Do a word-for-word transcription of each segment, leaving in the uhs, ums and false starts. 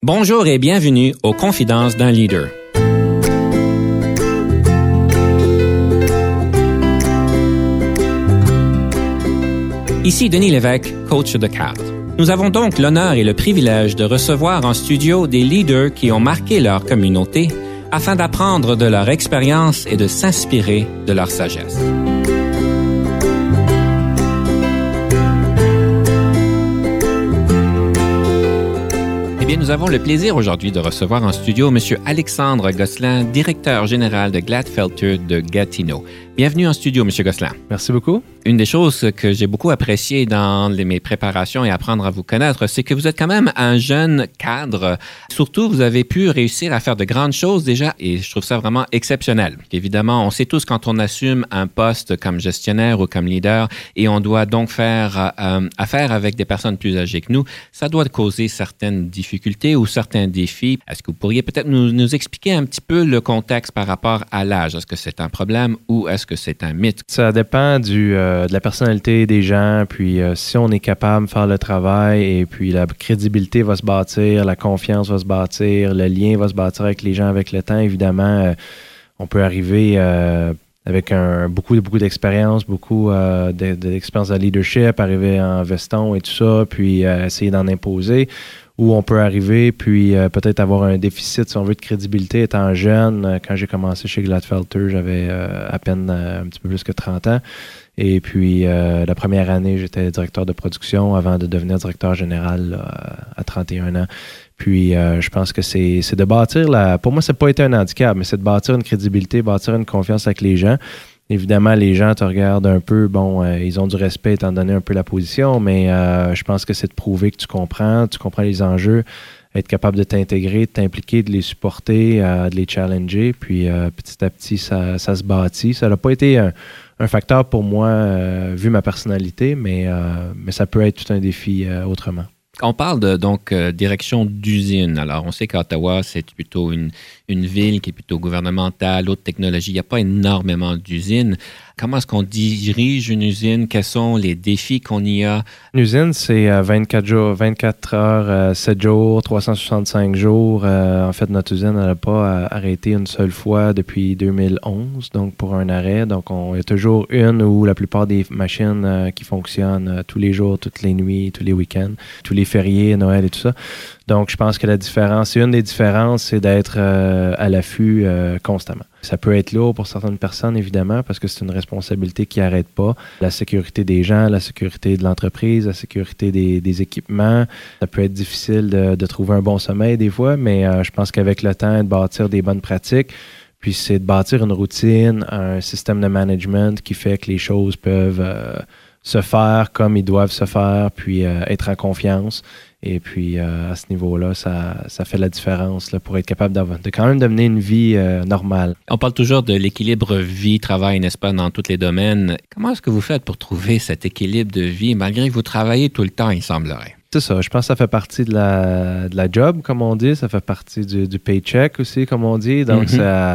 Bonjour et bienvenue aux Confidences d'un leader. Ici Denis Lévesque, coach de cadre. Nous avons donc l'honneur et le privilège de recevoir en studio des leaders qui ont marqué leur communauté afin d'apprendre de leur expérience et de s'inspirer de leur sagesse. Eh bien, nous avons le plaisir aujourd'hui de recevoir en studio M. Alexandre Gosselin, directeur général de Glatfelter de Gatineau. Bienvenue en studio, M. Gosselin. Merci beaucoup. Une des choses que j'ai beaucoup appréciées dans les, mes préparations et apprendre à vous connaître, c'est que vous êtes quand même un jeune cadre. Surtout, vous avez pu réussir à faire de grandes choses déjà et je trouve ça vraiment exceptionnel. Évidemment, on sait tous quand on assume un poste comme gestionnaire ou comme leader et on doit donc faire euh, affaire avec des personnes plus âgées que nous, ça doit causer certaines difficultés ou certains défis. Est-ce que vous pourriez peut-être nous, nous expliquer un petit peu le contexte par rapport à l'âge? Est-ce que c'est un problème ou est-ce que c'est un mythe? Ça dépend du, euh, de la personnalité des gens, puis euh, si on est capable de faire le travail et puis la crédibilité va se bâtir, la confiance va se bâtir, le lien va se bâtir avec les gens avec le temps, évidemment, euh, on peut arriver euh, avec un, beaucoup, beaucoup d'expérience, beaucoup euh, de, de, d'expérience de leadership, arriver en veston et tout ça, puis euh, essayer d'en imposer. Où on peut arriver, puis euh, peut-être avoir un déficit, si on veut, de crédibilité. Étant jeune, euh, quand j'ai commencé chez Glatfelter, j'avais euh, à peine euh, un petit peu plus que trente ans. Et puis, euh, la première année, j'étais directeur de production avant de devenir directeur général là, à trente et un ans. Puis, euh, je pense que c'est, c'est de bâtir, la, pour moi, ça n'a pas été un handicap, mais c'est de bâtir une crédibilité, bâtir une confiance avec les gens. Évidemment, les gens te regardent un peu, bon, euh, ils ont du respect étant donné un peu la position, mais euh, je pense que c'est de prouver que tu comprends, tu comprends les enjeux, être capable de t'intégrer, de t'impliquer, de les supporter, euh, de les challenger, puis euh, petit à petit, ça, ça se bâtit. Ça n'a pas été un, un facteur pour moi, euh, vu ma personnalité, mais, euh, mais ça peut être tout un défi euh, autrement. On parle de donc euh, direction d'usine. Alors, on sait qu'Ottawa, c'est plutôt une, une ville qui est plutôt gouvernementale, haute technologie. Il n'y a pas énormément d'usines. Comment est-ce qu'on dirige une usine? Quels sont les défis qu'on y a? Une usine, c'est euh, vingt-quatre jours, vingt-quatre heures, euh, sept jours, trois cent soixante-cinq jours. Euh, en fait, notre usine n'a pas euh, arrêté une seule fois depuis deux mille onze, donc pour un arrêt. Donc, on, il y a toujours une ou la plupart des machines euh, qui fonctionnent euh, tous les jours, toutes les nuits, tous les week-ends, tous les fériés, Noël et tout ça. Donc, je pense que la différence, une des différences, c'est d'être euh, à l'affût euh, constamment. Ça peut être lourd pour certaines personnes, évidemment, parce que c'est une responsabilité qui n'arrête pas. La sécurité des gens, la sécurité de l'entreprise, la sécurité des, des équipements. Ça peut être difficile de, de trouver un bon sommeil des fois, mais euh, je pense qu'avec le temps, de bâtir des bonnes pratiques, puis c'est de bâtir une routine, un système de management qui fait que les choses peuvent euh, se faire comme ils doivent se faire, puis euh, être en confiance. Et puis, euh, à ce niveau-là, ça, ça fait la différence là, pour être capable d'avoir, de quand même de mener une vie euh, normale. On parle toujours de l'équilibre vie-travail, n'est-ce pas, dans tous les domaines. Comment est-ce que vous faites pour trouver cet équilibre de vie, malgré que vous travaillez tout le temps, il semblerait? C'est ça. Je pense que ça fait partie de la, de la job, comme on dit. Ça fait partie du, du paycheck aussi, comme on dit. Donc, mm-hmm. ça...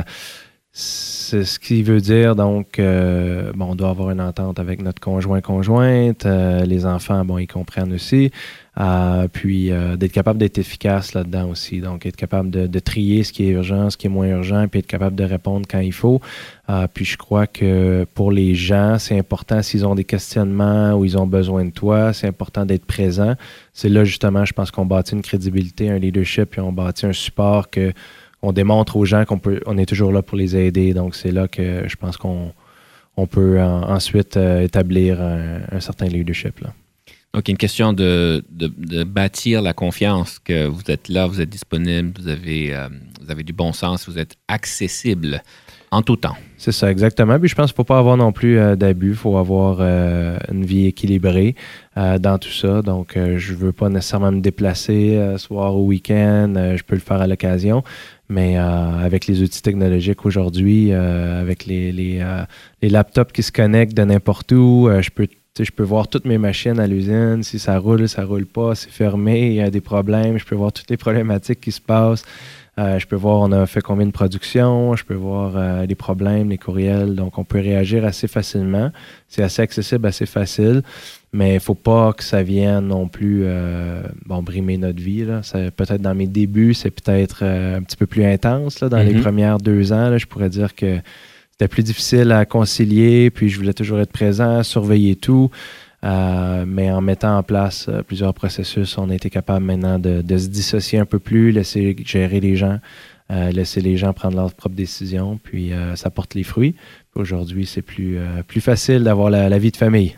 C'est ce qui veut dire, donc, euh, bon, on doit avoir une entente avec notre conjoint-conjointe. Euh, les enfants, bon, ils comprennent aussi. Euh, puis, euh, d'être capable d'être efficace là-dedans aussi. Donc, être capable de, de trier ce qui est urgent, ce qui est moins urgent, puis être capable de répondre quand il faut. Euh, puis, je crois que pour les gens, c'est important s'ils ont des questionnements ou ils ont besoin de toi, c'est important d'être présent. C'est là, justement, je pense qu'on bâtit une crédibilité, un leadership, puis on bâtit un support que on démontre aux gens qu'on peut, on est toujours là pour les aider. Donc, c'est là que je pense qu'on on peut en, ensuite euh, établir un, un certain leadership, là. Donc, une question de, de, de bâtir la confiance que vous êtes là, vous êtes disponible, vous avez, euh, vous avez du bon sens, vous êtes accessible en tout temps. C'est ça, exactement. Puis je pense qu'il ne faut pas avoir non plus euh, d'abus. Il faut avoir euh, une vie équilibrée euh, dans tout ça. Donc, euh, je ne veux pas nécessairement me déplacer euh, soir ou week-end. Euh, je peux le faire à l'occasion. Mais euh, avec les outils technologiques aujourd'hui, euh, avec les, les, euh, les laptops qui se connectent de n'importe où, euh, je peux je peux voir toutes mes machines à l'usine, si ça roule, ça roule pas, c'est fermé, il y a des problèmes, je peux voir toutes les problématiques qui se passent. Euh, je peux voir on a fait combien de productions, je peux voir euh, les problèmes, les courriels. Donc, on peut réagir assez facilement. C'est assez accessible, assez facile. mais il ne faut pas que ça vienne non plus euh, bon, brimer notre vie. Là. Ça, peut-être dans mes débuts, c'est peut-être euh, un petit peu plus intense. Là, dans mm-hmm. les premières deux ans, là, je pourrais dire que c'était plus difficile à concilier, puis je voulais toujours être présent, surveiller tout. Euh, mais en mettant en place euh, plusieurs processus, on a été capable maintenant de, de se dissocier un peu plus, laisser gérer les gens, euh, laisser les gens prendre leurs propres décisions, puis euh, ça porte les fruits. Puis aujourd'hui, c'est plus, euh, plus facile d'avoir la, la vie de famille.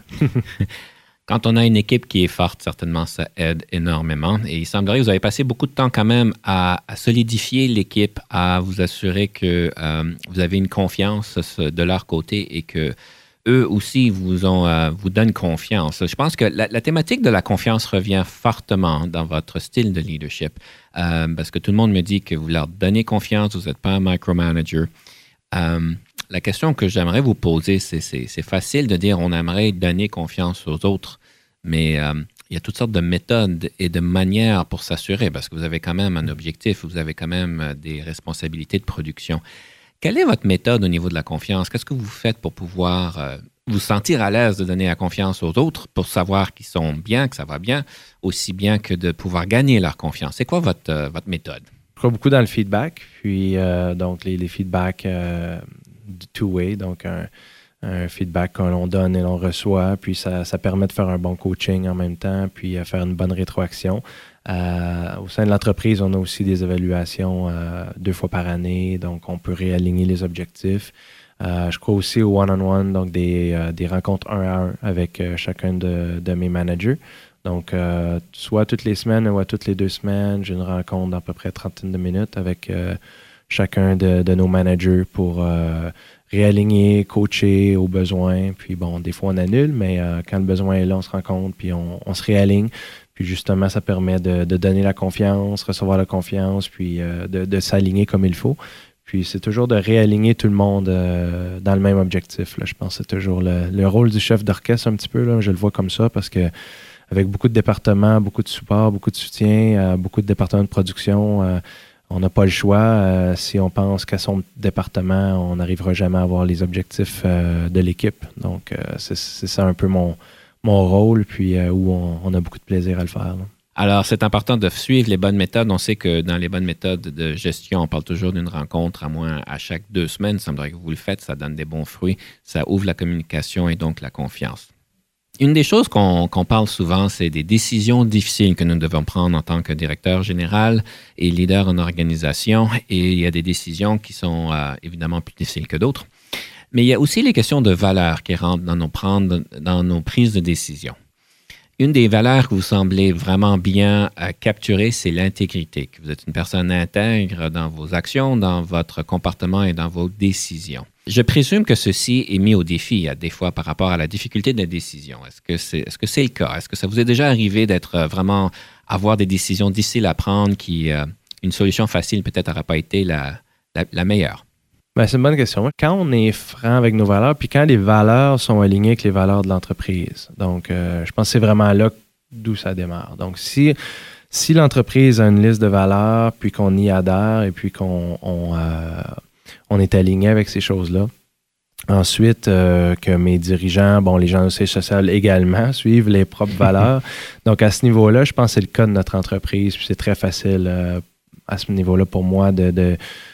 Quand on a une équipe qui est forte, certainement, ça aide énormément. Et il semblerait que vous avez passé beaucoup de temps quand même à, à solidifier l'équipe, à vous assurer que euh, vous avez une confiance de leur côté et que eux aussi vous, ont, euh, vous donnent confiance. Je pense que la, la thématique de la confiance revient fortement dans votre style de leadership euh, parce que tout le monde me dit que vous leur donnez confiance, vous n'êtes pas un micromanager. Euh, la question que j'aimerais vous poser, c'est, c'est, c'est facile de dire on aimerait donner confiance aux autres, mais euh, il y a toutes sortes de méthodes et de manières pour s'assurer parce que vous avez quand même un objectif, vous avez quand même des responsabilités de production. Quelle est votre méthode au niveau de la confiance? Qu'est-ce que vous faites pour pouvoir euh, vous sentir à l'aise de donner la confiance aux autres, pour savoir qu'ils sont bien, que ça va bien, aussi bien que de pouvoir gagner leur confiance? C'est quoi votre, euh, votre méthode? Je crois beaucoup dans le feedback, puis euh, donc les, les feedbacks euh, two-way, donc un, un feedback que l'on donne et l'on reçoit, puis ça, ça permet de faire un bon coaching en même temps, puis euh, faire une bonne rétroaction. Euh, au sein de l'entreprise, on a aussi des évaluations euh, deux fois par année, donc on peut réaligner les objectifs. Euh, je crois aussi au one-on-one, donc des, euh, des rencontres un à un avec euh, chacun de, de mes managers. Donc, euh, soit toutes les semaines ou à toutes les deux semaines, j'ai une rencontre d'à peu près trentaine de minutes avec euh, chacun de, de nos managers pour euh, réaligner, coacher aux besoins. Puis bon, des fois on annule, mais euh, quand le besoin est là, on se rencontre puis on, on se réaligne. Puis justement, ça permet de, de donner la confiance, recevoir la confiance, puis euh, de, de s'aligner comme il faut. Puis c'est toujours de réaligner tout le monde euh, dans le même objectif. Là. Je pense que c'est toujours le, le rôle du chef d'orchestre un petit peu. Là. Je le vois comme ça parce que avec beaucoup de départements, beaucoup de support, beaucoup de soutien, euh, beaucoup de départements de production, euh, on n'a pas le choix. Euh, si on pense qu'à son département, on n'arrivera jamais à avoir les objectifs euh, de l'équipe. Donc, euh, c'est, c'est ça un peu mon... mon rôle, puis euh, où on, on a beaucoup de plaisir à le faire. Là. Alors, c'est important de suivre les bonnes méthodes. On sait que dans les bonnes méthodes de gestion, on parle toujours d'une rencontre à moins à chaque deux semaines. Il semblerait que vous le faites, ça donne des bons fruits, ça ouvre la communication et donc la confiance. Une des choses qu'on, qu'on parle souvent, c'est des décisions difficiles que nous devons prendre en tant que directeur général et leader en organisation. Et il y a des décisions qui sont euh, évidemment plus difficiles que d'autres. Mais il y a aussi les questions de valeurs qui rentrent dans nos, prendre, dans nos prises de décision. Une des valeurs que vous semblez vraiment bien euh, capturer, c'est l'intégrité, que vous êtes une personne intègre dans vos actions, dans votre comportement et dans vos décisions. Je présume que ceci est mis au défi à des fois par rapport à la difficulté de la décision. Est-ce que c'est, est-ce que c'est le cas? Est-ce que ça vous est déjà arrivé d'être euh, vraiment, avoir des décisions difficiles à prendre qui, euh, une solution facile peut-être n'aurait pas été la, la, la meilleure? Ben, c'est une bonne question. Quand on est franc avec nos valeurs, puis quand les valeurs sont alignées avec les valeurs de l'entreprise. Donc, euh, je pense que c'est vraiment là d'où ça démarre. Donc, si, si l'entreprise a une liste de valeurs, puis qu'on y adhère, et puis qu'on on, euh, on est aligné avec ces choses-là, ensuite, euh, que mes dirigeants, bon, les gens du siège social également, suivent les propres valeurs. Donc, à ce niveau-là, je pense que c'est le cas de notre entreprise, puis c'est très facile euh, à ce niveau-là pour moi de... de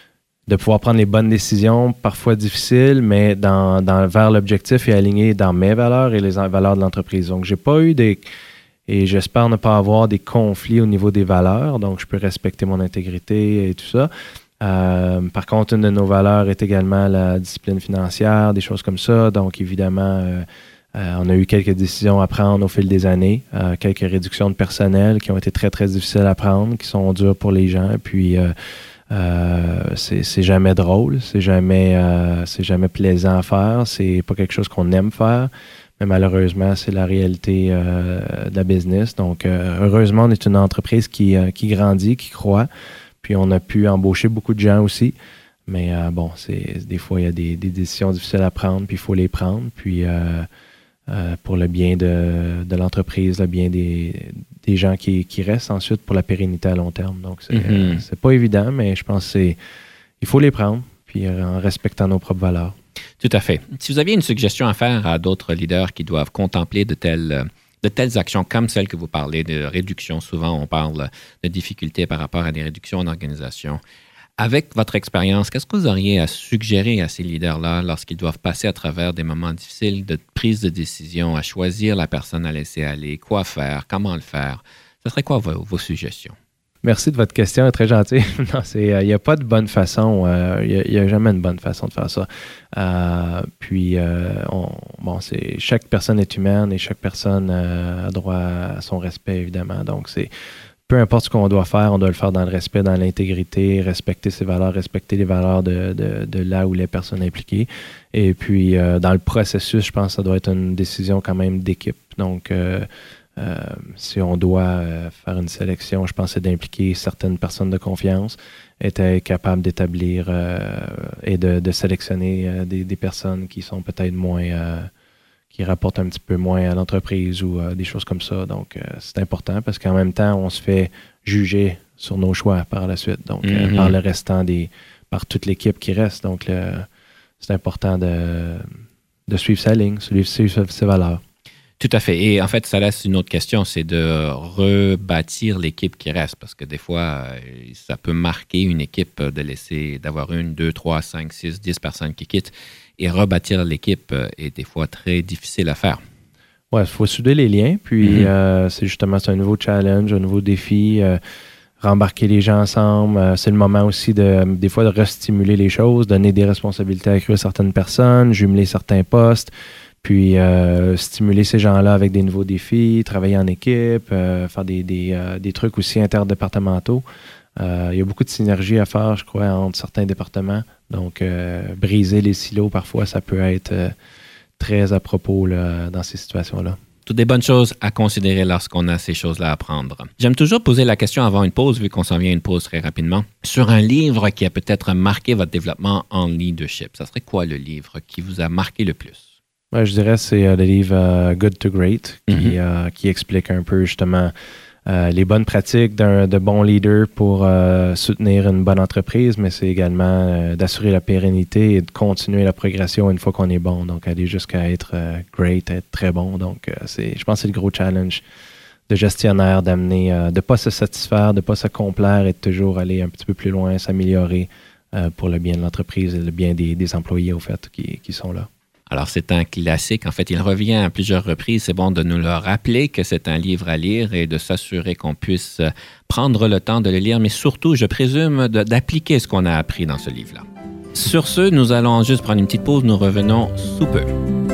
de pouvoir prendre les bonnes décisions, parfois difficiles, mais dans, dans, vers l'objectif et aligné dans mes valeurs et les valeurs de l'entreprise. Donc, j'ai pas eu des... Et j'espère ne pas avoir des conflits au niveau des valeurs. Donc, je peux respecter mon intégrité et tout ça. Euh, par contre, une de nos valeurs est également la discipline financière, des choses comme ça. Donc, évidemment, euh, euh, on a eu quelques décisions à prendre au fil des années, euh, quelques réductions de personnel qui ont été très, très difficiles à prendre, qui sont dures pour les gens. Puis... Euh, Euh, c'est, c'est jamais drôle, c'est jamais, euh, c'est jamais plaisant à faire, c'est pas quelque chose qu'on aime faire, mais malheureusement, c'est la réalité euh, de la business. Donc, euh, heureusement, on est une entreprise qui, euh, qui grandit, qui croît, puis on a pu embaucher beaucoup de gens aussi, mais euh, bon, c'est, des fois, il y a des, des décisions difficiles à prendre, puis il faut les prendre, puis euh, euh, pour le bien de, de l'entreprise, le bien des, des gens qui, qui restent ensuite pour la pérennité à long terme. Donc, c'est, mm-hmm. euh, c'est pas évident, mais je pense qu'il faut les prendre, puis en respectant nos propres valeurs. Tout à fait. Si vous aviez une suggestion à faire à d'autres leaders qui doivent contempler de telles, de telles actions comme celles que vous parlez de réduction, souvent on parle de difficultés par rapport à des réductions en organisation. Avec votre expérience, qu'est-ce que vous auriez à suggérer à ces leaders-là lorsqu'ils doivent passer à travers des moments difficiles de prise de décision, à choisir la personne à laisser aller, quoi faire, comment le faire? Ce serait quoi vos, vos suggestions? Merci de votre question, elle est très gentille. Non, c'est, il n'y a pas de bonne façon, il n'y a, a jamais une bonne façon de faire ça. Euh, puis, euh, on, bon, c'est, chaque personne est humaine et chaque personne euh, a droit à son respect, évidemment. Donc, c'est peu importe ce qu'on doit faire, on doit le faire dans le respect, dans l'intégrité, respecter ses valeurs, respecter les valeurs de, de, de là où les personnes impliquées. Et puis, euh, dans le processus, je pense que ça doit être une décision quand même d'équipe. Donc, euh, euh, si on doit euh, faire une sélection, je pense que c'est d'impliquer certaines personnes de confiance, être capable d'établir euh, et de, de sélectionner euh, des, des personnes qui sont peut-être moins... Euh, qui rapportent un petit peu moins à l'entreprise ou euh, des choses comme ça. Donc, euh, c'est important parce qu'en même temps, on se fait juger sur nos choix par la suite. Donc, mm-hmm. euh, par le restant des... par toute l'équipe qui reste. Donc, le, c'est important de, de suivre sa ligne, suivre, suivre ses valeurs. Tout à fait. Et en fait, ça laisse une autre question, c'est de rebâtir l'équipe qui reste. Parce que des fois, ça peut marquer une équipe de laisser, d'avoir une, deux, trois, cinq, six, dix personnes qui quittent. Et rebâtir l'équipe est des fois très difficile à faire. Oui, il faut souder les liens. Puis, mm-hmm. euh, c'est justement c'est un nouveau challenge, un nouveau défi. Euh, rembarquer les gens ensemble. Euh, c'est le moment aussi, de des fois, de restimuler les choses, donner des responsabilités accrues à certaines personnes, jumeler certains postes, puis euh, stimuler ces gens-là avec des nouveaux défis, travailler en équipe, euh, faire des, des, euh, des trucs aussi interdépartementaux. Euh, il y a beaucoup de synergie à faire, je crois, entre certains départements. Donc, euh, briser les silos, parfois, ça peut être euh, très à propos là, dans ces situations-là. Toutes des bonnes choses à considérer lorsqu'on a ces choses-là à prendre. J'aime toujours poser la question avant une pause, vu qu'on s'en vient à une pause très rapidement, sur un livre qui a peut-être marqué votre développement en leadership. Ça serait quoi le livre qui vous a marqué le plus? Ouais, je dirais que c'est euh, le livre uh, Good to Great qui, mm-hmm. euh, qui explique un peu justement Euh, les bonnes pratiques d'un de bons leaders pour euh, soutenir une bonne entreprise, mais c'est également euh, d'assurer la pérennité et de continuer la progression une fois qu'on est bon. Donc, aller jusqu'à être euh, great, être très bon. Donc, euh, c'est, je pense que c'est le gros challenge de gestionnaire, d'amener, euh, de ne pas se satisfaire, de ne pas se complaire et de toujours aller un petit peu plus loin, s'améliorer euh, pour le bien de l'entreprise et le bien des, des employés, au fait, qui, qui sont là. Alors, c'est un classique. En fait, il revient à plusieurs reprises. C'est bon de nous le rappeler que c'est un livre à lire et de s'assurer qu'on puisse prendre le temps de le lire, mais surtout, je présume, de, d'appliquer ce qu'on a appris dans ce livre-là. Sur ce, nous allons juste prendre une petite pause. Nous revenons sous peu.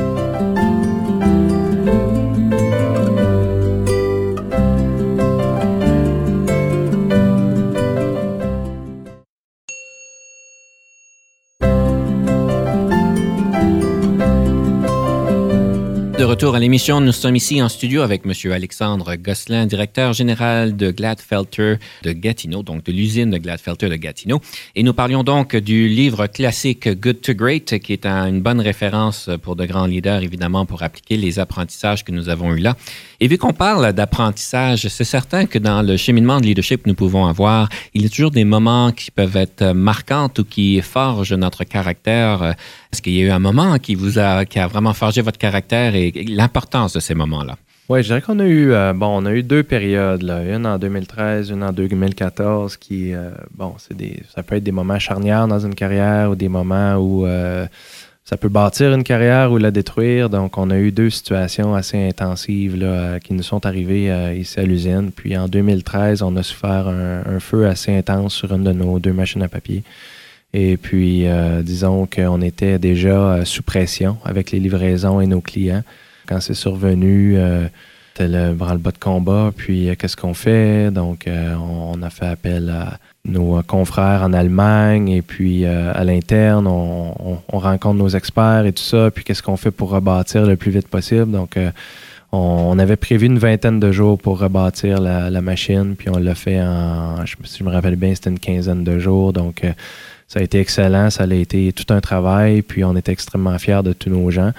De retour à l'émission, nous sommes ici en studio avec M. Alexandre Gosselin, directeur général de Glatfelter de Gatineau, donc de l'usine de Glatfelter de Gatineau. Et nous parlions donc du livre classique Good to Great, qui est un, une bonne référence pour de grands leaders, évidemment, pour appliquer les apprentissages que nous avons eus là. Et vu qu'on parle d'apprentissage, c'est certain que dans le cheminement de leadership que nous pouvons avoir, il y a toujours des moments qui peuvent être marquants ou qui forgent notre caractère. Est-ce qu'il y a eu un moment qui vous a, qui a vraiment forgé votre caractère et l'importance de ces moments-là? Oui, je dirais qu'on a eu, euh, bon, on a eu deux périodes, là. Une en deux mille treize, une en deux mille quatorze, qui, euh, bon, c'est des, ça peut être des moments charnières dans une carrière ou des moments où euh, ça peut bâtir une carrière ou la détruire. Donc, on a eu deux situations assez intensives là, qui nous sont arrivées euh, ici à l'usine. Puis, en deux mille treize, on a souffert un, un feu assez intense sur une de nos deux machines à papier. Et puis, euh, disons qu'on était déjà euh, sous pression avec les livraisons et nos clients. Quand c'est survenu, euh, c'était le branle-bas de combat. Puis, euh, qu'est-ce qu'on fait? Donc, euh, on, on a fait appel à nos euh, confrères en Allemagne. Et puis, euh, à l'interne, on, on, on rencontre nos experts et tout ça. Puis, qu'est-ce qu'on fait pour rebâtir le plus vite possible? Donc, euh, on, on avait prévu une vingtaine de jours pour rebâtir la, la machine. Puis, on l'a fait en, je, si je me rappelle bien, c'était une quinzaine de jours. Donc, euh, ça a été excellent, ça a été tout un travail, puis on était extrêmement fiers de tous nos gens.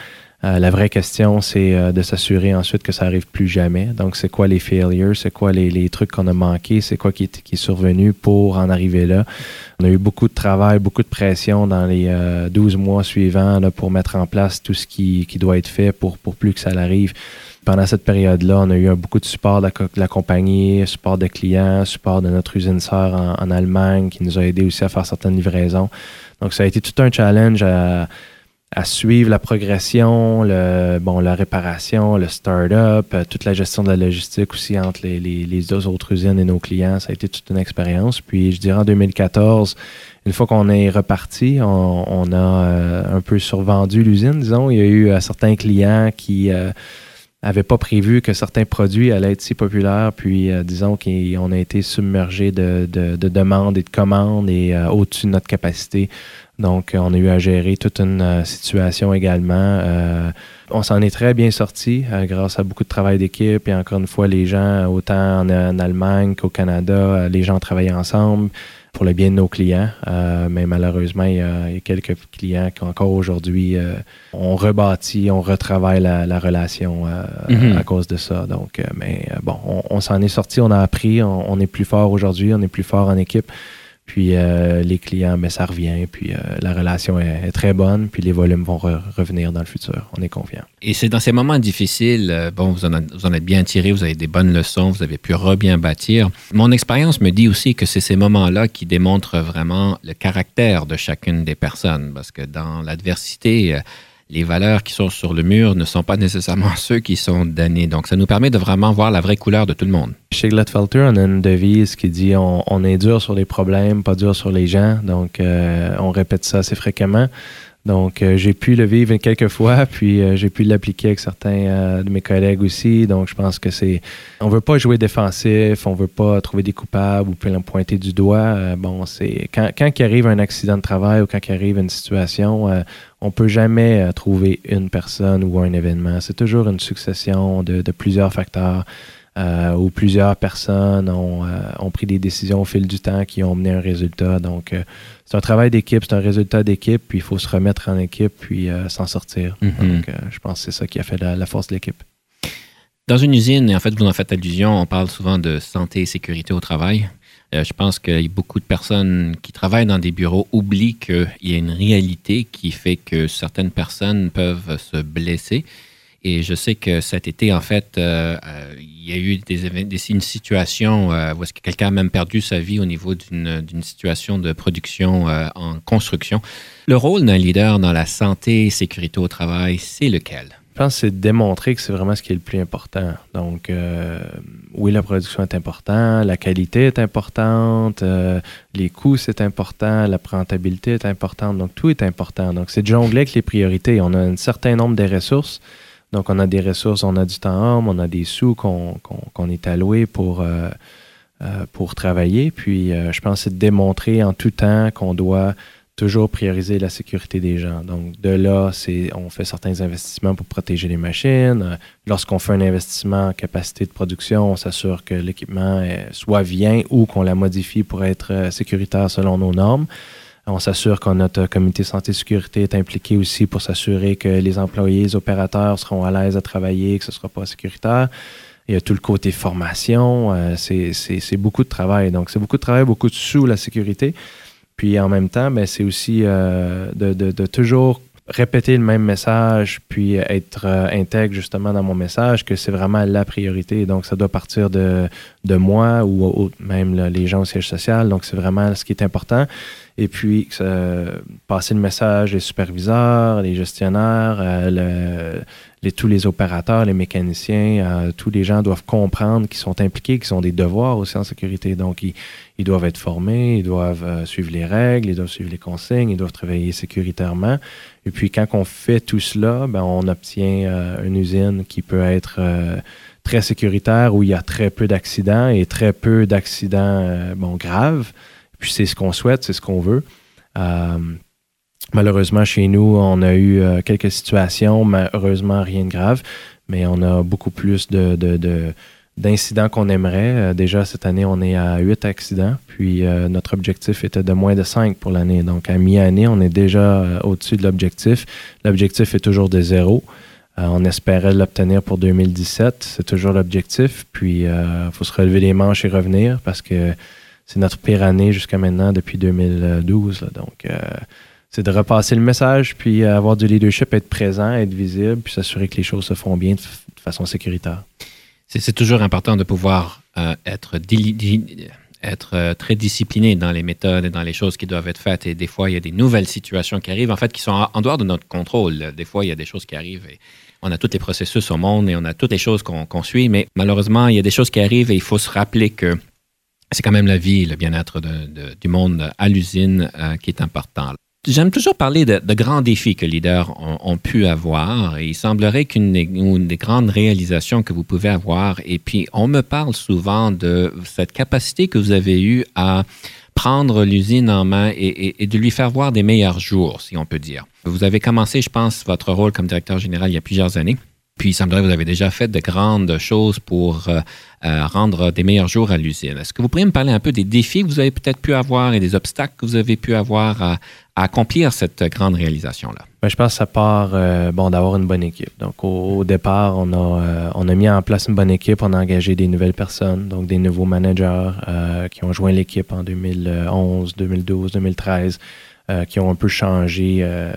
Euh, la vraie question, c'est euh, de s'assurer ensuite que ça arrive plus jamais. Donc, c'est quoi les failures, c'est quoi les, les trucs qu'on a manqués, c'est quoi qui est, qui est survenu pour en arriver là. On a eu beaucoup de travail, beaucoup de pression dans les euh, douze mois suivants là, pour mettre en place tout ce qui, qui doit être fait pour, pour plus que ça arrive. Pendant cette période-là, on a eu un, beaucoup de support de la, de la compagnie, support de clients, support de notre usine sœur en, en Allemagne qui nous a aidé aussi à faire certaines livraisons. Donc, ça a été tout un challenge à, à suivre la progression, le, bon, la réparation, le start-up, euh, toute la gestion de la logistique aussi entre les, les, les deux autres usines et nos clients. Ça a été toute une expérience. Puis, je dirais en deux mille quatorze, une fois qu'on est reparti, on, on a euh, un peu survendu l'usine, disons. Il y a eu euh, certains clients qui... Euh, n'avait pas prévu que certains produits allaient être si populaires, puis euh, disons qu'on a été submergé de, de, de demandes et de commandes et euh, au-dessus de notre capacité. Donc, on a eu à gérer toute une euh, situation également. Euh, on s'en est très bien sorti euh, grâce à beaucoup de travail d'équipe et encore une fois, les gens, autant en, en Allemagne qu'au Canada, euh, les gens travaillaient ensemble pour le bien de nos clients. Euh, mais malheureusement, il y, a, il y a quelques clients qui encore aujourd'hui euh, ont rebâti, on retravaille la, la relation euh, mm-hmm. à cause de ça. Donc, euh, mais euh, bon, on, on s'en est sorti, on a appris, on, on est plus fort aujourd'hui, on est plus fort en équipe. Puis euh, les clients, mais ça revient. Puis euh, la relation est, est très bonne. Puis les volumes vont re- revenir dans le futur. On est confiant. Et c'est dans ces moments difficiles, euh, bon, vous en, a, vous en êtes bien tiré, vous avez des bonnes leçons, vous avez pu re-bien bâtir. Mon expérience me dit aussi que c'est ces moments-là qui démontrent vraiment le caractère de chacune des personnes. Parce que dans l'adversité, euh, les valeurs qui sont sur le mur ne sont pas nécessairement ceux qui sont donnés. Donc, ça nous permet de vraiment voir la vraie couleur de tout le monde. Chez Glatfelter, on a une devise qui dit on, on est dur sur les problèmes, pas dur sur les gens. Donc, euh, on répète ça assez fréquemment. Donc, euh, j'ai pu le vivre quelques fois, puis euh, j'ai pu l'appliquer avec certains euh, de mes collègues aussi. Donc, je pense que c'est... On veut pas jouer défensif, on veut pas trouver des coupables ou pointer du doigt. Euh, bon, c'est... Quand, quand il arrive un accident de travail ou quand il arrive une situation, euh, on peut jamais euh, trouver une personne ou un événement. C'est toujours une succession de, de plusieurs facteurs. Euh, où plusieurs personnes ont, euh, ont pris des décisions au fil du temps qui ont mené un résultat. Donc, euh, c'est un travail d'équipe, c'est un résultat d'équipe, puis il faut se remettre en équipe, puis euh, s'en sortir. Mm-hmm. Donc, euh, je pense que c'est ça qui a fait la, la force de l'équipe. Dans une usine, et en fait, vous en faites allusion, on parle souvent de santé et sécurité au travail. Euh, je pense que beaucoup de personnes qui travaillent dans des bureaux oublient qu'il y a une réalité qui fait que certaines personnes peuvent se blesser. Et je sais que cet été, en fait, euh, euh, il y a eu des, des, une situation euh, où est-ce que quelqu'un a même perdu sa vie au niveau d'une, d'une situation de production euh, en construction. Le rôle d'un leader dans la santé et sécurité au travail, c'est lequel? Je pense que c'est de démontrer que c'est vraiment ce qui est le plus important. Donc, euh, oui, la production est importante, la qualité est importante, euh, les coûts, c'est important, la rentabilité est importante. Donc, tout est important. Donc, c'est de jongler avec les priorités. On a un certain nombre de ressources. Donc, on a des ressources, on a du temps homme, on a des sous qu'on, qu'on, qu'on est alloués pour, euh, euh, pour travailler. Puis, euh, je pense que c'est de démontrer en tout temps qu'on doit toujours prioriser la sécurité des gens. Donc, de là, c'est, on fait certains investissements pour protéger les machines. Lorsqu'on fait un investissement en capacité de production, on s'assure que l'équipement est, soit vient ou qu'on la modifie pour être sécuritaire selon nos normes. On s'assure que notre comité santé-sécurité est impliqué aussi pour s'assurer que les employés, les opérateurs seront à l'aise à travailler, que ce ne sera pas sécuritaire. Il y a tout le côté formation. Euh, c'est, c'est, c'est beaucoup de travail. Donc, c'est beaucoup de travail, beaucoup de sous la sécurité. Puis, en même temps, ben, c'est aussi euh, de, de, de toujours répéter le même message, puis être euh, intègre justement dans mon message, que c'est vraiment la priorité. Donc, ça doit partir de, de moi ou, ou même là, les gens au siège social. Donc, c'est vraiment ce qui est important. Et puis, euh, passer le message, les superviseurs, les gestionnaires, euh, le, les, tous les opérateurs, les mécaniciens, euh, tous les gens doivent comprendre qu'ils sont impliqués, qu'ils ont des devoirs aussi en sécurité. Donc, ils, ils doivent être formés, ils doivent euh, suivre les règles, ils doivent suivre les consignes, ils doivent travailler sécuritairement. Et puis, quand on fait tout cela, ben, on obtient euh, une usine qui peut être euh, très sécuritaire, où il y a très peu d'accidents et très peu d'accidents euh, bon, graves. Puis c'est ce qu'on souhaite, c'est ce qu'on veut. Euh, malheureusement, chez nous, on a eu euh, quelques situations, mais heureusement, rien de grave. Mais on a beaucoup plus de, de, de, d'incidents qu'on aimerait. Euh, déjà, cette année, on est à huit accidents. Puis euh, notre objectif était de moins de cinq pour l'année. Donc, à mi-année, on est déjà euh, au-dessus de l'objectif. L'objectif est toujours de zéro. Euh, on espérait l'obtenir pour deux mille dix-sept. C'est toujours l'objectif. Puis, il euh, faut se relever les manches et revenir parce que c'est notre pire année jusqu'à maintenant depuis deux mille douze. Là. Donc, euh, c'est de repasser le message, puis avoir du leadership, être présent, être visible, puis s'assurer que les choses se font bien de, f- de façon sécuritaire. C'est, c'est toujours important de pouvoir euh, être, di- di- être euh, très discipliné dans les méthodes et dans les choses qui doivent être faites. Et des fois, il y a des nouvelles situations qui arrivent, en fait, qui sont en, en dehors de notre contrôle. Des fois, il y a des choses qui arrivent et on a tous les processus au monde et on a toutes les choses qu'on, qu'on suit, mais malheureusement, il y a des choses qui arrivent et il faut se rappeler que c'est quand même la vie, le bien-être de, de, du monde à l'usine euh, qui est important. J'aime toujours parler de, de grands défis que les leaders ont, ont pu avoir et il semblerait qu'une une des grandes réalisations que vous pouvez avoir, et puis on me parle souvent de cette capacité que vous avez eue à prendre l'usine en main et, et, et de lui faire voir des meilleurs jours, si on peut dire. Vous avez commencé, je pense, votre rôle comme directeur général il y a plusieurs années. Puis, il semblerait que vous avez déjà fait de grandes choses pour euh, euh, rendre des meilleurs jours à l'usine. Est-ce que vous pourriez me parler un peu des défis que vous avez peut-être pu avoir et des obstacles que vous avez pu avoir à, à accomplir cette grande réalisation-là? Bien, je pense que ça part euh, bon, d'avoir une bonne équipe. Donc, au, au départ, on a, euh, on a mis en place une bonne équipe. On a engagé des nouvelles personnes, donc des nouveaux managers euh, qui ont joint l'équipe en deux mille onze, deux mille douze, deux mille treize, euh, qui ont un peu changé euh,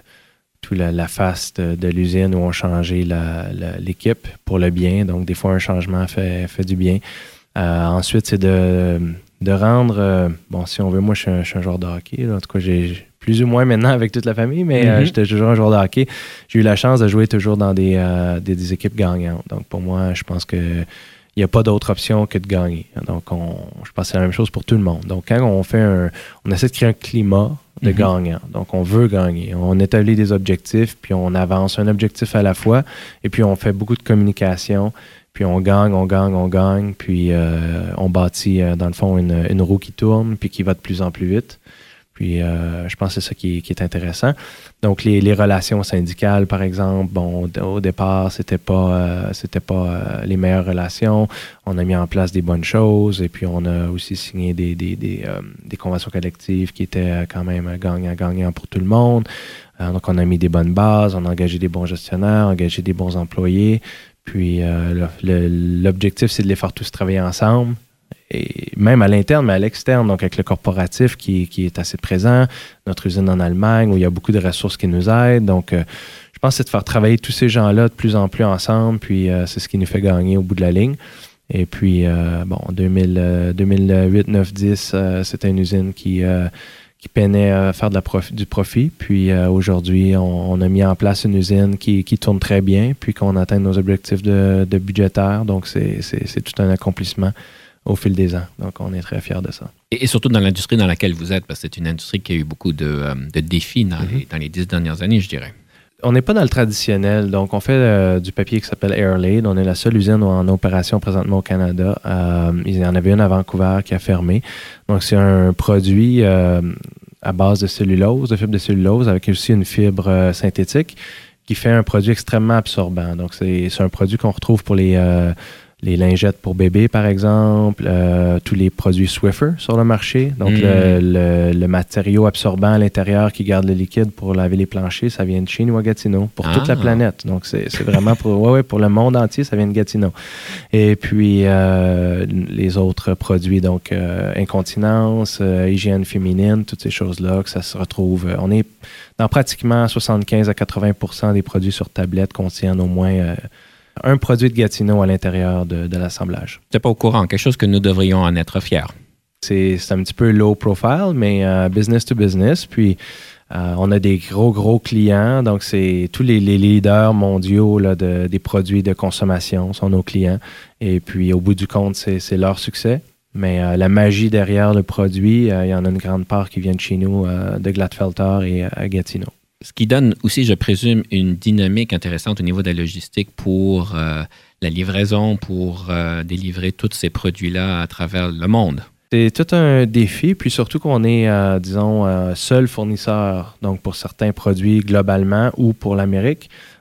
toute la, la face de, de l'usine, où ont changé la, la, l'équipe pour le bien. Donc, des fois, un changement fait, fait du bien. Euh, ensuite, c'est de, de rendre... Euh, bon, si on veut, moi, je suis un, je suis un joueur de hockey. Là. En tout cas, j'ai plus ou moins maintenant avec toute la famille, mais mm-hmm. euh, j'étais toujours un joueur de hockey. J'ai eu la chance de jouer toujours dans des, euh, des, des équipes gagnantes. Donc, pour moi, je pense que il n'y a pas d'autre option que de gagner. Donc, on, je pense que c'est la même chose pour tout le monde. Donc, quand on fait un... On essaie de créer un climat de mm-hmm. gagnant. Donc, on veut gagner. On établit des objectifs, puis on avance un objectif à la fois, et puis on fait beaucoup de communication, puis on gagne, on gagne, on gagne, puis euh, on bâtit, euh, dans le fond, une, une roue qui tourne, puis qui va de plus en plus vite. Puis, euh, je pense que c'est ça qui est, qui est intéressant. Donc, les, les relations syndicales, par exemple, bon, au départ, c'était pas, euh, c'était pas euh, les meilleures relations. On a mis en place des bonnes choses et puis on a aussi signé des, des, des, euh, des conventions collectives qui étaient quand même gagnant-gagnant pour tout le monde. Euh, donc, on a mis des bonnes bases, on a engagé des bons gestionnaires, engagé des bons employés. Puis, euh, le, le, l'objectif, c'est de les faire tous travailler ensemble. Et même à l'interne, mais à l'externe, donc avec le corporatif qui, qui est assez présent, notre usine en Allemagne, où il y a beaucoup de ressources qui nous aident. Donc, euh, je pense que c'est de faire travailler tous ces gens-là de plus en plus ensemble, puis euh, c'est ce qui nous fait gagner au bout de la ligne. Et puis, euh, bon, deux mille huit, deux mille neuf, dix, euh, c'était une usine qui, euh, qui peinait à faire de la profi- du profit. Puis euh, aujourd'hui, on, on a mis en place une usine qui, qui tourne très bien, puis qu'on atteint nos objectifs de, de budgétaires. Donc, c'est, c'est, c'est tout un accomplissement au fil des ans. Donc, on est très fiers de ça. Et, et surtout dans l'industrie dans laquelle vous êtes, parce que c'est une industrie qui a eu beaucoup de, euh, de défis dans, mm-hmm. les, dans les dix dernières années, je dirais. On n'est pas dans le traditionnel. Donc, on fait euh, du papier qui s'appelle Airlaid. On est la seule usine en opération présentement au Canada. Euh, il y en avait une à Vancouver qui a fermé. Donc, c'est un produit euh, à base de cellulose, de fibre de cellulose, avec aussi une fibre euh, synthétique qui fait un produit extrêmement absorbant. Donc, c'est, c'est un produit qu'on retrouve pour les... Euh, les lingettes pour bébé, par exemple, euh, tous les produits Swiffer sur le marché. Donc, mmh. le, le, le matériau absorbant à l'intérieur qui garde le liquide pour laver les planchers, ça vient de chez nous à Gatineau, pour ah. toute la planète. Donc, c'est, c'est vraiment pour, ouais, ouais, pour le monde entier, ça vient de Gatineau. Et puis, euh, les autres produits, donc, euh, incontinence, euh, hygiène féminine, toutes ces choses-là, que ça se retrouve. Euh, on est dans pratiquement soixante-quinze à quatre-vingts pour cent des produits sur tablette contiennent au moins... Euh, un produit de Gatineau à l'intérieur de, de l'assemblage. Tu n'es pas au courant, quelque chose que nous devrions en être fiers. C'est, c'est un petit peu low profile, mais uh, business to business. Puis, uh, on a des gros, gros clients. Donc, c'est tous les, les leaders mondiaux là, de, des produits de consommation sont nos clients. Et puis, au bout du compte, c'est, c'est leur succès. Mais uh, la magie derrière le produit, uh, il y en a une grande part qui vient de chez nous, uh, de Glatfelter et à uh, Gatineau. Ce qui donne aussi, je présume, une dynamique intéressante au niveau de la logistique pour euh, la livraison, pour euh, délivrer tous ces produits-là à travers le monde. C'est tout un défi, puis surtout qu'on est, euh, disons, euh, seul fournisseur, donc pour certains produits globalement ou pour l'Amérique.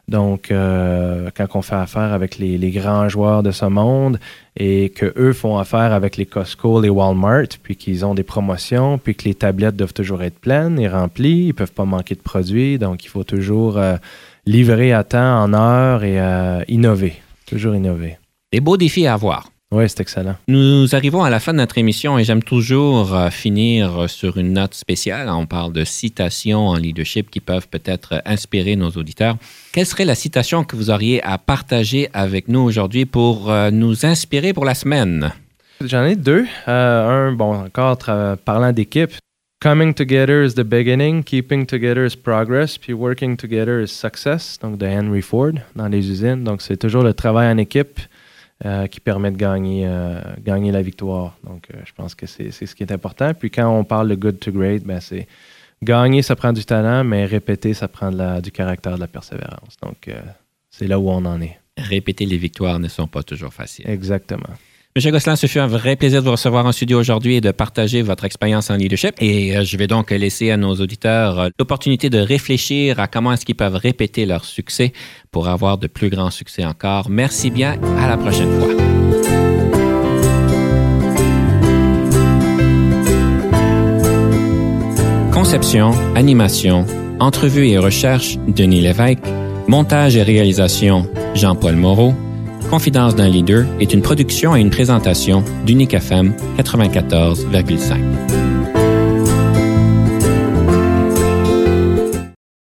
Donc, euh, quand on fait affaire avec les, les grands joueurs de ce monde et qu'eux font affaire avec les Costco, les Walmart, puis qu'ils ont des promotions, puis que les tablettes doivent toujours être pleines et remplies, ils ne peuvent pas manquer de produits. Donc, il faut toujours euh, livrer à temps, en heure et euh, innover. Toujours innover. Des beaux défis à avoir. Oui, c'est excellent. Nous arrivons à la fin de notre émission et j'aime toujours euh, finir sur une note spéciale. On parle de citations en leadership qui peuvent peut-être inspirer nos auditeurs. Quelle serait la citation que vous auriez à partager avec nous aujourd'hui pour euh, nous inspirer pour la semaine? J'en ai deux. Euh, un, bon, encore tra- parlant d'équipe. Coming together is the beginning, keeping together is progress, puis working together is success. Donc, de Henry Ford dans les usines. Donc, c'est toujours le travail en équipe. Euh, qui permet de gagner, euh, gagner la victoire. Donc, euh, je pense que c'est, c'est ce qui est important. Puis quand on parle de good to great, ben c'est gagner, ça prend du talent, mais répéter, ça prend de la, du caractère, de la persévérance. Donc, euh, c'est là où on en est. Répéter les victoires ne sont pas toujours faciles. Exactement. Monsieur Gosselin, ce fut un vrai plaisir de vous recevoir en studio aujourd'hui et de partager votre expérience en leadership. Et euh, je vais donc laisser à nos auditeurs euh, l'opportunité de réfléchir à comment est-ce qu'ils peuvent répéter leur succès pour avoir de plus grands succès encore. Merci bien. À la prochaine fois. Conception, animation, entrevue et recherche, Denis Lévesque. Montage et réalisation, Jean-Paul Moreau. Confidence d'un leader est une production et une présentation d'Unique F M quatre-vingt-quatorze virgule cinq.